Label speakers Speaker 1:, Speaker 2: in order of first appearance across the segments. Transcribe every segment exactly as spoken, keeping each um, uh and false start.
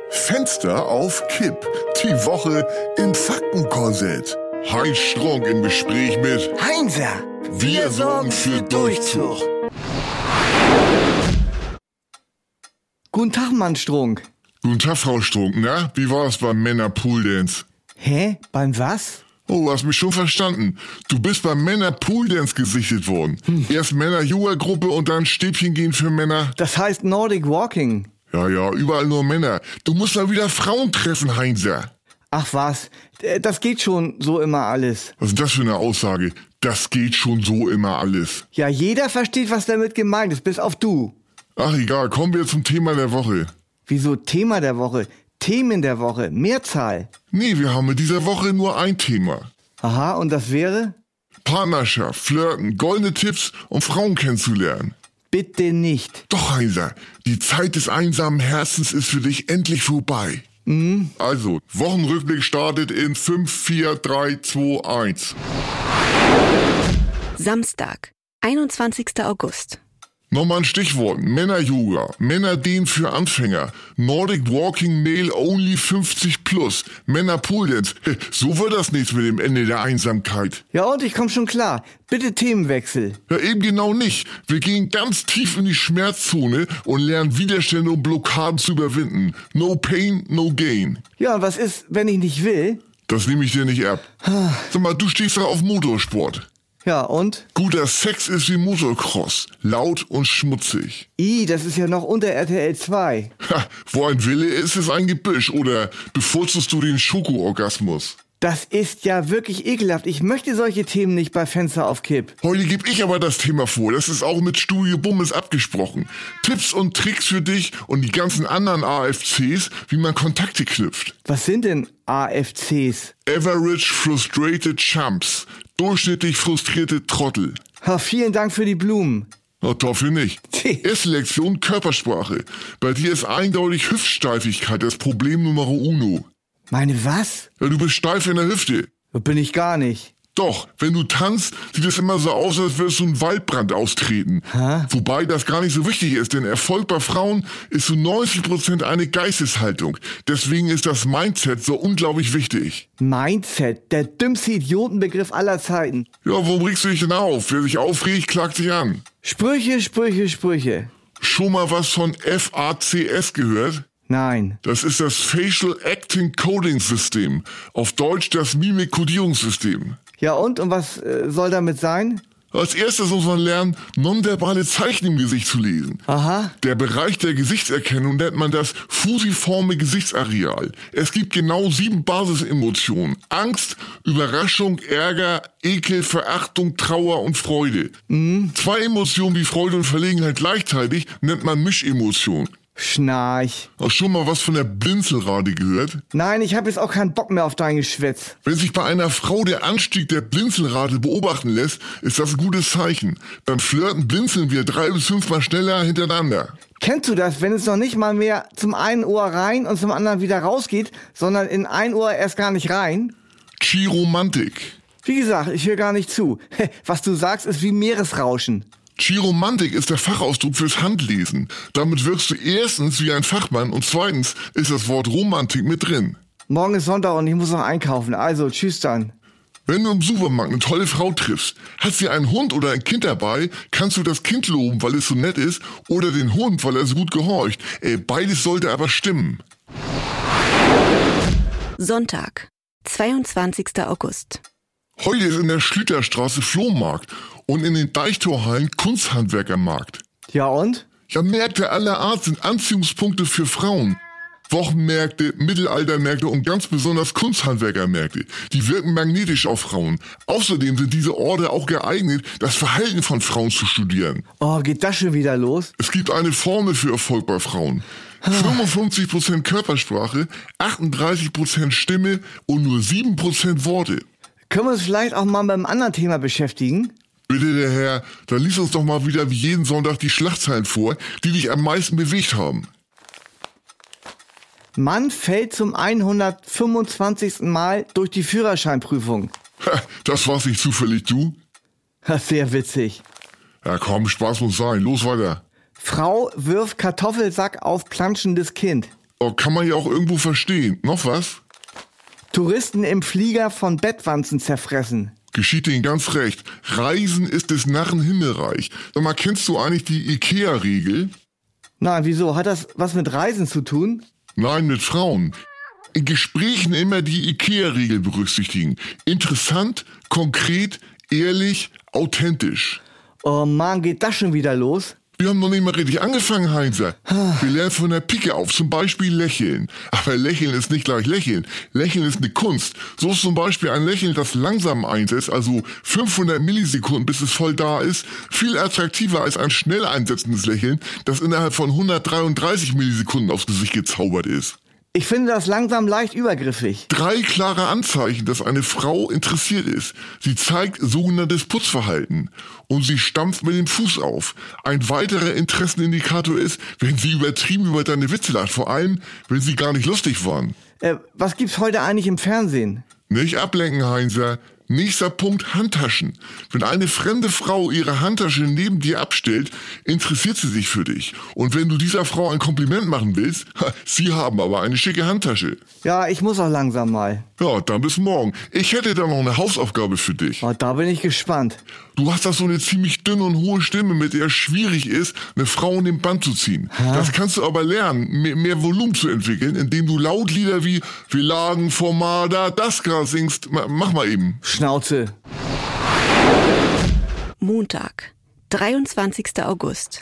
Speaker 1: Fenster auf Kipp. Die Woche im Faktenkorsett. Heinz Strunk im Gespräch mit
Speaker 2: Heinzer.
Speaker 1: Wir sorgen für Durchzug.
Speaker 2: Guten Tag, Mann Strunk.
Speaker 1: Guten Tag, Frau Strunk. Na, wie war es beim Männer-Pool-Dance?
Speaker 2: Hä? Beim was?
Speaker 1: Oh, du hast mich schon verstanden. Du bist beim Männer-Pool-Dance gesichtet worden. Hm. Erst Männer-Yoga-Gruppe und dann Stäbchen gehen für Männer.
Speaker 2: Das heißt Nordic Walking.
Speaker 1: Ja, ja, überall nur Männer. Du musst mal wieder Frauen treffen, Heinzer.
Speaker 2: Ach was, das geht schon so immer alles.
Speaker 1: Was ist das für eine Aussage? Das geht schon so immer alles.
Speaker 2: Ja, jeder versteht, was damit gemeint ist, bis auf du.
Speaker 1: Ach egal, kommen wir zum Thema der Woche.
Speaker 2: Wieso Thema der Woche? Themen der Woche, Mehrzahl.
Speaker 1: Nee, wir haben mit dieser Woche nur ein Thema.
Speaker 2: Aha, und das wäre?
Speaker 1: Partnerschaft, Flirten, goldene Tipps, um Frauen kennenzulernen.
Speaker 2: Bitte nicht.
Speaker 1: Doch, Heinzer, die Zeit des einsamen Herzens ist für dich endlich vorbei.
Speaker 2: Mhm.
Speaker 1: Also, Wochenrückblick startet in fünf, vier, drei, zwei, eins.
Speaker 3: Samstag, einundzwanzigster August.
Speaker 1: Nochmal ein Stichwort. Männer-Yoga, Männer-Dehnen für Anfänger, Nordic Walking Male Only fünfzig plus, Männer-Pool-Dance. So wird das nichts mit dem Ende der Einsamkeit.
Speaker 2: Ja und, ich komm schon klar. Bitte Themenwechsel.
Speaker 1: Ja, eben genau nicht. Wir gehen ganz tief in die Schmerzzone und lernen Widerstände und Blockaden zu überwinden. No pain, no gain.
Speaker 2: Ja, und was ist, wenn ich nicht will?
Speaker 1: Das nehme ich dir nicht ab. Sag mal, du stehst doch auf Motorsport.
Speaker 2: Ja, und?
Speaker 1: Guter Sex ist wie Motocross. Laut und schmutzig.
Speaker 2: Ih, das ist ja noch unter R T L zwei.
Speaker 1: Ha, wo ein Wille ist, ist ein Gebüsch. Oder bevorzugst du den Schokoorgasmus?
Speaker 2: Das ist ja wirklich ekelhaft. Ich möchte solche Themen nicht bei Fenster auf Kipp.
Speaker 1: Heute gebe ich aber das Thema vor. Das ist auch mit Studio Bummes abgesprochen. Tipps und Tricks für dich und die ganzen anderen A F Cs, wie man Kontakte knüpft.
Speaker 2: Was sind denn A F Cs?
Speaker 1: Average Frustrated Chumps. Durchschnittlich frustrierte Trottel.
Speaker 2: Ha, vielen Dank für die Blumen.
Speaker 1: Na, dafür nicht. Erste Lektion Körpersprache. Bei dir ist eindeutig Hüftsteifigkeit das Problem Nummer uno.
Speaker 2: Meine was?
Speaker 1: Ja, du bist steif in der Hüfte.
Speaker 2: Bin ich gar nicht.
Speaker 1: Doch, wenn du tanzt, sieht es immer so aus, als würdest du einen Waldbrand austreten.
Speaker 2: Hä?
Speaker 1: Wobei das gar nicht so wichtig ist, denn Erfolg bei Frauen ist zu neunzig Prozent eine Geisteshaltung. Deswegen ist das Mindset so unglaublich wichtig.
Speaker 2: Mindset, der dümmste Idiotenbegriff aller Zeiten.
Speaker 1: Ja, warum regst du dich denn auf? Wer sich aufregt, klagt sich an.
Speaker 2: Sprüche, Sprüche, Sprüche.
Speaker 1: Schon mal was von F A C S gehört?
Speaker 2: Nein.
Speaker 1: Das ist das Facial Acting Coding System. Auf Deutsch das Mimik-Kodierungssystem.
Speaker 2: Ja und? Und was äh, soll damit sein?
Speaker 1: Als erstes muss man lernen, nonverbale Zeichen im Gesicht zu lesen.
Speaker 2: Aha.
Speaker 1: Der Bereich der Gesichtserkennung nennt man das fusiforme Gesichtsareal. Es gibt genau sieben Basisemotionen. Angst, Überraschung, Ärger, Ekel, Verachtung, Trauer und Freude. Mhm. Zwei Emotionen wie Freude und Verlegenheit gleichzeitig nennt man Mischemotion.
Speaker 2: Schnarch.
Speaker 1: Hast schon mal was von der Blinzelrate gehört?
Speaker 2: Nein, ich habe jetzt auch keinen Bock mehr auf dein Geschwätz.
Speaker 1: Wenn sich bei einer Frau der Anstieg der Blinzelrate beobachten lässt, ist das ein gutes Zeichen. Beim Flirten blinzeln wir drei bis fünfmal schneller hintereinander.
Speaker 2: Kennst du das, wenn es noch nicht mal mehr zum einen Ohr rein und zum anderen wieder rausgeht, sondern in ein Ohr erst gar nicht rein?
Speaker 1: Chiromantik.
Speaker 2: Wie gesagt, ich höre gar nicht zu. Was du sagst, ist wie Meeresrauschen.
Speaker 1: Chiromantik ist der Fachausdruck fürs Handlesen. Damit wirkst du erstens wie ein Fachmann und zweitens ist das Wort Romantik mit drin.
Speaker 2: Morgen ist Sonntag und ich muss noch einkaufen, also tschüss dann.
Speaker 1: Wenn du im Supermarkt eine tolle Frau triffst, hat sie einen Hund oder ein Kind dabei, kannst du das Kind loben, weil es so nett ist, oder den Hund, weil er so gut gehorcht. Äh, beides sollte aber stimmen.
Speaker 3: Sonntag, zweiundzwanzigster August.
Speaker 1: Heute ist in der Schlüterstraße Flohmarkt und in den Deichtorhallen Kunsthandwerkermarkt.
Speaker 2: Ja und?
Speaker 1: Ja, Märkte aller Art sind Anziehungspunkte für Frauen. Wochenmärkte, Mittelaltermärkte und ganz besonders Kunsthandwerkermärkte. Die wirken magnetisch auf Frauen. Außerdem sind diese Orte auch geeignet, das Verhalten von Frauen zu studieren.
Speaker 2: Oh, geht das schon wieder los?
Speaker 1: Es gibt eine Formel für Erfolg bei Frauen. fünfundfünfzig Prozent Körpersprache, achtunddreißig Prozent Stimme und nur sieben Prozent Worte.
Speaker 2: Können wir uns vielleicht auch mal mit einem anderen Thema beschäftigen?
Speaker 1: Bitte, der Herr, dann lies uns doch mal wieder wie jeden Sonntag die Schlagzeilen vor, die dich am meisten bewegt haben.
Speaker 2: Mann fällt zum hundertfünfundzwanzigsten Mal durch die Führerscheinprüfung.
Speaker 1: Ha, das war's nicht zufällig, du?
Speaker 2: Sehr witzig.
Speaker 1: Ja komm, Spaß muss sein. Los weiter.
Speaker 2: Frau wirft Kartoffelsack auf planschendes Kind.
Speaker 1: Oh, kann man ja auch irgendwo verstehen. Noch was?
Speaker 2: Touristen im Flieger von Bettwanzen zerfressen.
Speaker 1: Geschieht Ihnen ganz recht. Reisen ist des Narren Himmelreich. Sag mal, kennst du eigentlich die Ikea-Regel?
Speaker 2: Nein, wieso? Hat das was mit Reisen zu tun?
Speaker 1: Nein, mit Frauen. In Gesprächen immer die Ikea-Regel berücksichtigen. Interessant, konkret, ehrlich, authentisch.
Speaker 2: Oh Mann, geht das schon wieder los?
Speaker 1: Wir haben noch nicht mal richtig angefangen, Heinzer. Wir lernen von der Pike auf, zum Beispiel lächeln. Aber lächeln ist nicht gleich lächeln. Lächeln ist eine Kunst. So ist zum Beispiel ein Lächeln, das langsam einsetzt, also fünfhundert Millisekunden, bis es voll da ist, viel attraktiver als ein schnell einsetzendes Lächeln, das innerhalb von hundertdreiunddreißig Millisekunden aufs Gesicht gezaubert ist.
Speaker 2: Ich finde das langsam leicht übergriffig.
Speaker 1: Drei klare Anzeichen, dass eine Frau interessiert ist. Sie zeigt sogenanntes Putzverhalten und sie stampft mit dem Fuß auf. Ein weiterer Interessenindikator ist, wenn sie übertrieben über deine Witze lacht, vor allem, wenn sie gar nicht lustig waren.
Speaker 2: Äh, was gibt's heute eigentlich im Fernsehen?
Speaker 1: Nicht ablenken, Heinzer. Nächster Punkt, Handtaschen. Wenn eine fremde Frau ihre Handtasche neben dir abstellt, interessiert sie sich für dich. Und wenn du dieser Frau ein Kompliment machen willst, sie haben aber eine schicke Handtasche.
Speaker 2: Ja, ich muss auch langsam mal.
Speaker 1: Ja, dann bis morgen. Ich hätte da noch eine Hausaufgabe für dich.
Speaker 2: Oh, da bin ich gespannt.
Speaker 1: Du hast da so eine ziemlich dünne und hohe Stimme, mit der es schwierig ist, eine Frau in den Band zu ziehen. Hä? Das kannst du aber lernen, mehr, mehr Volumen zu entwickeln, indem du Lautlieder wie Wir lagen vor Madagaskar singst. Mach mal eben.
Speaker 2: Schnauze.
Speaker 3: Montag, dreiundzwanzigster August.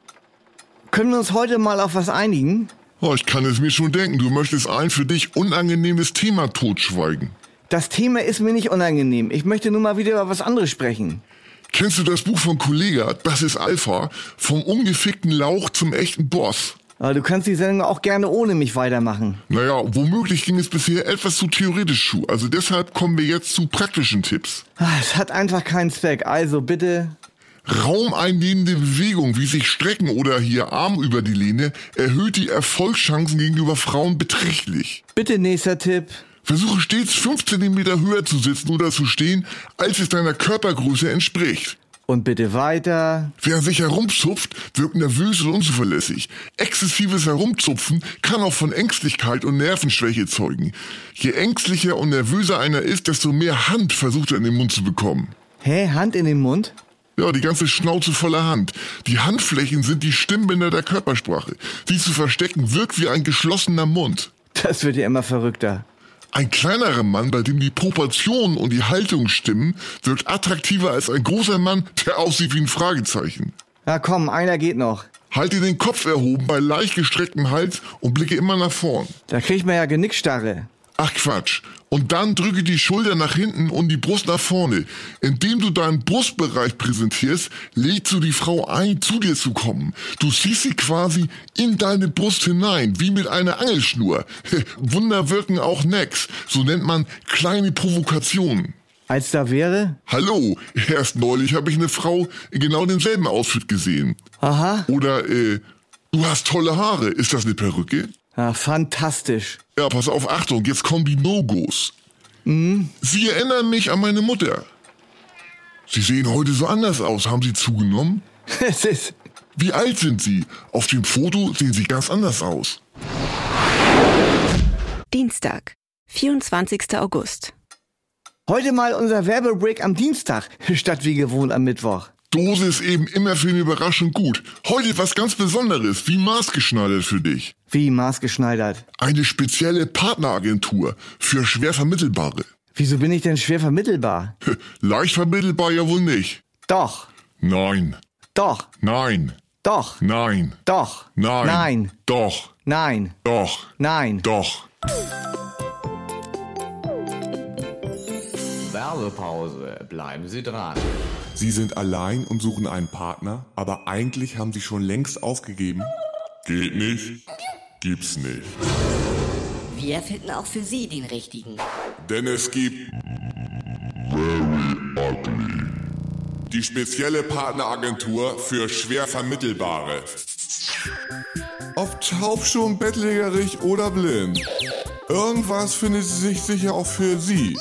Speaker 2: Können wir uns heute mal auf was einigen?
Speaker 1: Oh, ich kann es mir schon denken, du möchtest ein für dich unangenehmes Thema totschweigen.
Speaker 2: Das Thema ist mir nicht unangenehm. Ich möchte nur mal wieder über was anderes sprechen.
Speaker 1: Kennst du das Buch von Kollega, Das ist Alpha, vom ungefickten Lauch zum echten Boss?
Speaker 2: Aber du kannst die Sendung auch gerne ohne mich weitermachen.
Speaker 1: Naja, womöglich ging es bisher etwas zu theoretisch zu. Also deshalb kommen wir jetzt zu praktischen Tipps.
Speaker 2: Es hat einfach keinen Zweck. Also bitte...
Speaker 1: Raumeinnehmende Bewegung, wie sich Strecken oder hier Arm über die Lehne, erhöht die Erfolgschancen gegenüber Frauen beträchtlich.
Speaker 2: Bitte nächster Tipp.
Speaker 1: Versuche stets fünf Zentimeter höher zu sitzen oder zu stehen, als es deiner Körpergröße entspricht.
Speaker 2: Und bitte weiter.
Speaker 1: Wer sich herumzupft, wirkt nervös und unzuverlässig. Exzessives Herumzupfen kann auch von Ängstlichkeit und Nervenschwäche zeugen. Je ängstlicher und nervöser einer ist, desto mehr Hand versucht er in den Mund zu bekommen.
Speaker 2: Hä, Hand in den Mund?
Speaker 1: Ja, die ganze Schnauze voller Hand. Die Handflächen sind die Stimmbänder der Körpersprache. Sie zu verstecken wirkt wie ein geschlossener Mund.
Speaker 2: Das wird ja immer verrückter.
Speaker 1: Ein kleinerer Mann, bei dem die Proportionen und die Haltung stimmen, wirkt attraktiver als ein großer Mann, der aussieht wie ein Fragezeichen.
Speaker 2: Na komm, einer geht noch.
Speaker 1: Halte den Kopf erhoben bei leicht gestrecktem Hals und blicke immer nach vorn.
Speaker 2: Da kriegt man ja Genickstarre.
Speaker 1: Ach Quatsch. Und dann drücke die Schulter nach hinten und die Brust nach vorne. Indem du deinen Brustbereich präsentierst, lädst du die Frau ein, zu dir zu kommen. Du ziehst sie quasi in deine Brust hinein, wie mit einer Angelschnur. Wunder wirken auch Necks. So nennt man kleine Provokationen.
Speaker 2: Als da wäre?
Speaker 1: Hallo, erst neulich habe ich eine Frau in genau denselben Outfit gesehen.
Speaker 2: Aha.
Speaker 1: Oder, äh, du hast tolle Haare. Ist das eine Perücke?
Speaker 2: Ja, fantastisch.
Speaker 1: Ja, pass auf, Achtung, jetzt kommen die No-Gos.
Speaker 2: Mhm.
Speaker 1: Sie erinnern mich an meine Mutter. Sie sehen heute so anders aus. Haben Sie zugenommen?
Speaker 2: Es ist...
Speaker 1: Wie alt sind Sie? Auf dem Foto sehen Sie ganz anders aus.
Speaker 3: Dienstag, vierundzwanzigster August.
Speaker 2: Heute mal unser Werbebreak am Dienstag, statt wie gewohnt am Mittwoch.
Speaker 1: Dose ist eben immer für eine Überraschung gut. Heute was ganz Besonderes, wie maßgeschneidert für dich.
Speaker 2: Wie maßgeschneidert?
Speaker 1: Eine spezielle Partneragentur für schwer Vermittelbare.
Speaker 2: Wieso bin ich denn schwer vermittelbar?
Speaker 1: Leicht vermittelbar ja wohl nicht.
Speaker 2: Doch.
Speaker 1: Nein.
Speaker 2: Doch.
Speaker 1: Nein.
Speaker 2: Doch.
Speaker 1: Nein.
Speaker 2: Doch.
Speaker 1: Nein.
Speaker 2: Nein.
Speaker 1: Doch.
Speaker 2: Nein.
Speaker 1: Doch.
Speaker 2: Nein.
Speaker 1: Doch.
Speaker 4: Werbepause. Bleiben Sie dran.
Speaker 5: Sie sind allein und suchen einen Partner, aber eigentlich haben Sie schon längst aufgegeben?
Speaker 1: Geht nicht. Gibt's nicht.
Speaker 6: Wir finden auch für Sie den richtigen.
Speaker 1: Denn es gibt Very Ugly. Die spezielle Partneragentur für schwer Vermittelbare.
Speaker 5: Ob taub, schon bettlägerig oder blind. Irgendwas findet sich sicher auch für Sie.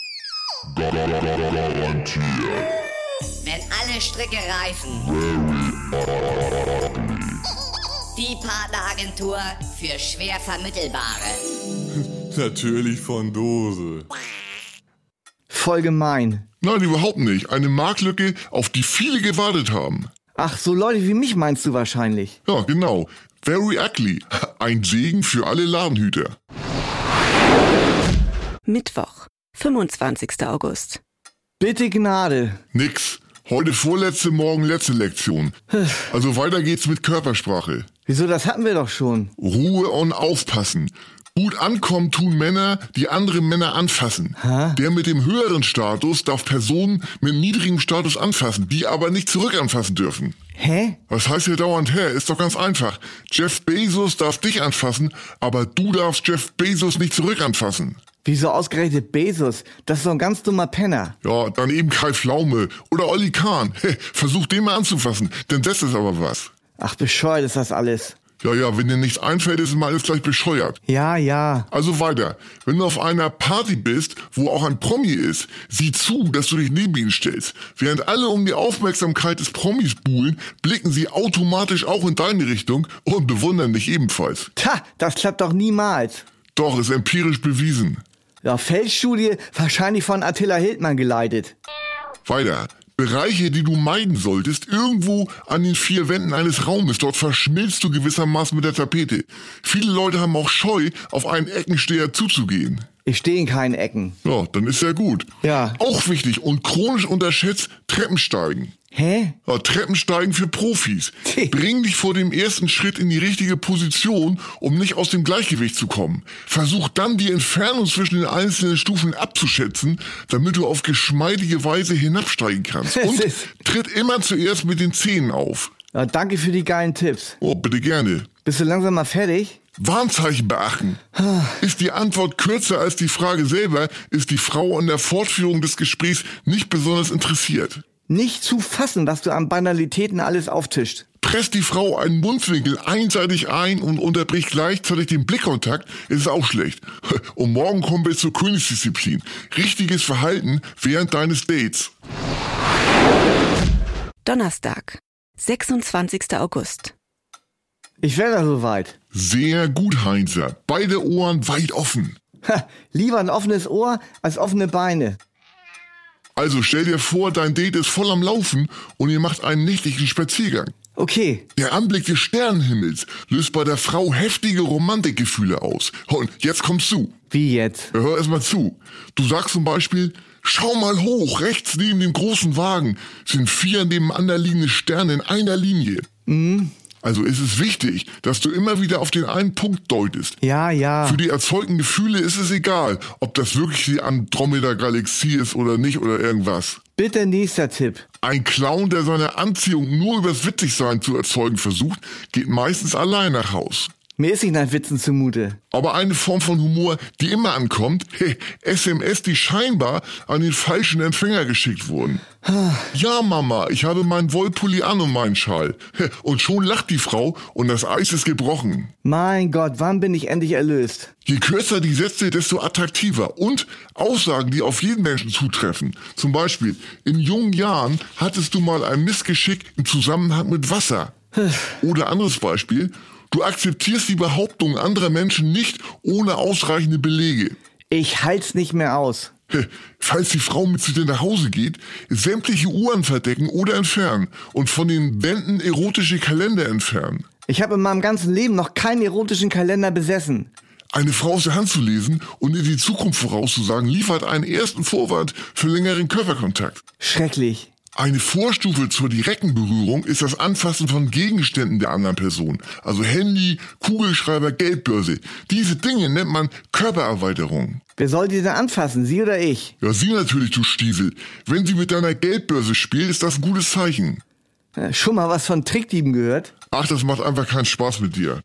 Speaker 1: Garantiert.
Speaker 6: Wenn alle Stricke reifen.
Speaker 1: Very Ugly.
Speaker 6: Die Partneragentur für schwer Vermittelbare.
Speaker 5: Natürlich von Dose.
Speaker 2: Voll gemein.
Speaker 1: Nein, überhaupt nicht. Eine Marktlücke, auf die viele gewartet haben.
Speaker 2: Ach, so Leute wie mich meinst du wahrscheinlich.
Speaker 1: Ja, genau. Very ugly. Ein Segen für alle Ladenhüter.
Speaker 3: Mittwoch, fünfundzwanzigster August.
Speaker 2: Bitte Gnade.
Speaker 1: Nix. Heute vorletzte, morgen letzte Lektion. Also weiter geht's mit Körpersprache.
Speaker 2: Wieso, das hatten wir doch schon.
Speaker 1: Ruhe und aufpassen. Gut ankommen tun Männer, die andere Männer anfassen.
Speaker 2: Hä?
Speaker 1: Der mit dem höheren Status darf Personen mit niedrigem Status anfassen, die aber nicht zurück anfassen dürfen.
Speaker 2: Hä?
Speaker 1: Was heißt hier dauernd hä? Ist doch ganz einfach. Jeff Bezos darf dich anfassen, aber du darfst Jeff Bezos nicht zurück anfassen.
Speaker 2: Wieso ausgerechnet Bezos? Das ist so ein ganz dummer Penner.
Speaker 1: Ja, dann eben Kai Pflaume oder Olli Kahn. Versuch den mal anzufassen, denn das ist aber was.
Speaker 2: Ach, bescheuert ist das alles.
Speaker 1: Ja, ja, wenn dir nichts einfällt, ist immer alles gleich bescheuert.
Speaker 2: Ja, ja.
Speaker 1: Also weiter. Wenn du auf einer Party bist, wo auch ein Promi ist, sieh zu, dass du dich neben ihn stellst. Während alle um die Aufmerksamkeit des Promis buhlen, blicken sie automatisch auch in deine Richtung und bewundern dich ebenfalls.
Speaker 2: Tja, das klappt doch niemals.
Speaker 1: Doch, ist empirisch bewiesen.
Speaker 2: Ja, Feldstudie, wahrscheinlich von Attila Hildmann geleitet.
Speaker 1: Weiter. Bereiche, die du meiden solltest, irgendwo an den vier Wänden eines Raumes. Dort verschmilzt du gewissermaßen mit der Tapete. Viele Leute haben auch Scheu, auf einen Eckensteher zuzugehen.
Speaker 2: Ich stehe in keinen Ecken.
Speaker 1: Ja, dann ist ja gut.
Speaker 2: Ja.
Speaker 1: Auch wichtig und chronisch unterschätzt, Treppensteigen.
Speaker 2: Hä?
Speaker 1: Ja, Treppensteigen für Profis. Bring dich vor dem ersten Schritt in die richtige Position, um nicht aus dem Gleichgewicht zu kommen. Versuch dann, die Entfernung zwischen den einzelnen Stufen abzuschätzen, damit du auf geschmeidige Weise hinabsteigen kannst. Und tritt immer zuerst mit den Zähnen auf.
Speaker 2: Ja, danke für die geilen Tipps.
Speaker 1: Oh, bitte gerne.
Speaker 2: Bist du langsam mal fertig?
Speaker 1: Warnzeichen beachten. Ist die Antwort kürzer als die Frage selber, ist die Frau an der Fortführung des Gesprächs nicht besonders interessiert.
Speaker 2: Nicht zu fassen, was du an Banalitäten alles auftischt.
Speaker 1: Presst die Frau einen Mundwinkel einseitig ein und unterbricht gleichzeitig den Blickkontakt, ist auch schlecht. Und morgen kommen wir zur Königsdisziplin. Richtiges Verhalten während deines Dates.
Speaker 3: Donnerstag, sechsundzwanzigster August.
Speaker 2: Ich wäre da soweit.
Speaker 1: Sehr gut, Heinzer. Beide Ohren weit offen.
Speaker 2: Ha, lieber ein offenes Ohr als offene Beine.
Speaker 1: Also stell dir vor, dein Date ist voll am Laufen und ihr macht einen nächtlichen Spaziergang.
Speaker 2: Okay.
Speaker 1: Der Anblick des Sternenhimmels löst bei der Frau heftige Romantikgefühle aus. Und jetzt kommst du.
Speaker 2: Wie jetzt?
Speaker 1: Ja, hör erst mal zu. Du sagst zum Beispiel, schau mal hoch, rechts neben dem großen Wagen sind vier nebeneinander liegende Sterne in einer Linie.
Speaker 2: Mhm.
Speaker 1: Also ist es wichtig, dass du immer wieder auf den einen Punkt deutest.
Speaker 2: Ja, ja.
Speaker 1: Für die erzeugten Gefühle ist es egal, ob das wirklich die Andromeda-Galaxie ist oder nicht oder irgendwas.
Speaker 2: Bitte nächster Tipp.
Speaker 1: Ein Clown, der seine Anziehung nur übers Witzigsein zu erzeugen versucht, geht meistens allein nach Haus.
Speaker 2: Mir ist nicht nach Witzen zumute.
Speaker 1: Aber eine Form von Humor, die immer ankommt, S M S, die scheinbar an den falschen Empfänger geschickt wurden. Ja, Mama, ich habe meinen Wollpulli an und meinen Schal. Und schon lacht die Frau und das Eis ist gebrochen.
Speaker 2: Mein Gott, wann bin ich endlich erlöst?
Speaker 1: Je kürzer die Sätze, desto attraktiver. Und Aussagen, die auf jeden Menschen zutreffen. Zum Beispiel, in jungen Jahren hattest du mal ein Missgeschick im Zusammenhang mit Wasser. Oder anderes Beispiel, du akzeptierst die Behauptungen anderer Menschen nicht ohne ausreichende Belege.
Speaker 2: Ich halt's nicht mehr aus.
Speaker 1: Falls die Frau mit zu dir nach Hause geht, sämtliche Uhren verdecken oder entfernen und von den Wänden erotische Kalender entfernen.
Speaker 2: Ich habe in meinem ganzen Leben noch keinen erotischen Kalender besessen.
Speaker 1: Eine Frau aus der Hand zu lesen und in die Zukunft vorauszusagen, liefert einen ersten Vorwand für längeren Körperkontakt.
Speaker 2: Schrecklich.
Speaker 1: Eine Vorstufe zur direkten Berührung ist das Anfassen von Gegenständen der anderen Person. Also Handy, Kugelschreiber, Geldbörse. Diese Dinge nennt man Körpererweiterung.
Speaker 2: Wer soll die denn anfassen, sie oder ich?
Speaker 1: Ja, sie natürlich, du Stiesel. Wenn sie mit deiner Geldbörse spielt, ist das ein gutes Zeichen.
Speaker 2: Ja, schon mal was von Trickdieben gehört?
Speaker 1: Ach, das macht einfach keinen Spaß mit dir.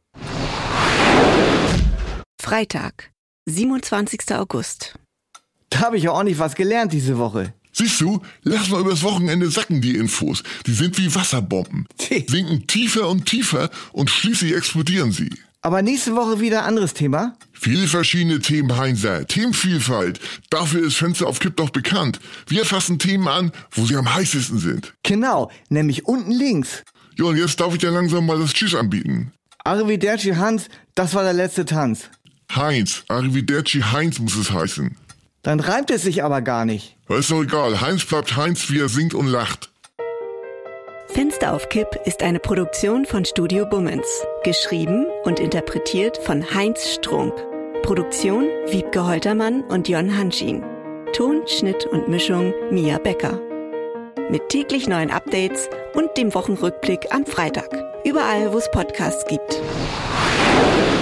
Speaker 3: Freitag, siebenundzwanzigster August.
Speaker 2: Da habe ich ja ordentlich was gelernt diese Woche.
Speaker 1: Siehst du, lass mal übers Wochenende sacken die Infos. Die sind wie Wasserbomben. Sinken tiefer und tiefer und schließlich explodieren sie.
Speaker 2: Aber nächste Woche wieder ein anderes Thema?
Speaker 1: Viele verschiedene Themen, Heinzer. Themenvielfalt. Dafür ist Fenster auf Kipp doch bekannt. Wir fassen Themen an, wo sie am heißesten sind.
Speaker 2: Genau, nämlich unten links.
Speaker 1: Ja, und jetzt darf ich dir langsam mal das Tschüss anbieten.
Speaker 2: Arrivederci Hans, das war der letzte Tanz.
Speaker 1: Heinz, Arrivederci Heinz muss es heißen.
Speaker 2: Dann reimt es sich aber gar nicht.
Speaker 1: Ist doch egal, Heinz bleibt Heinz, wie er singt und lacht.
Speaker 3: Fenster auf Kipp ist eine Produktion von Studio Bummens. Geschrieben und interpretiert von Heinz Strunk. Produktion Wiebke Holtermann und Jon Hanschin. Ton, Schnitt und Mischung Mia Becker. Mit täglich neuen Updates und dem Wochenrückblick am Freitag. Überall, wo es Podcasts gibt.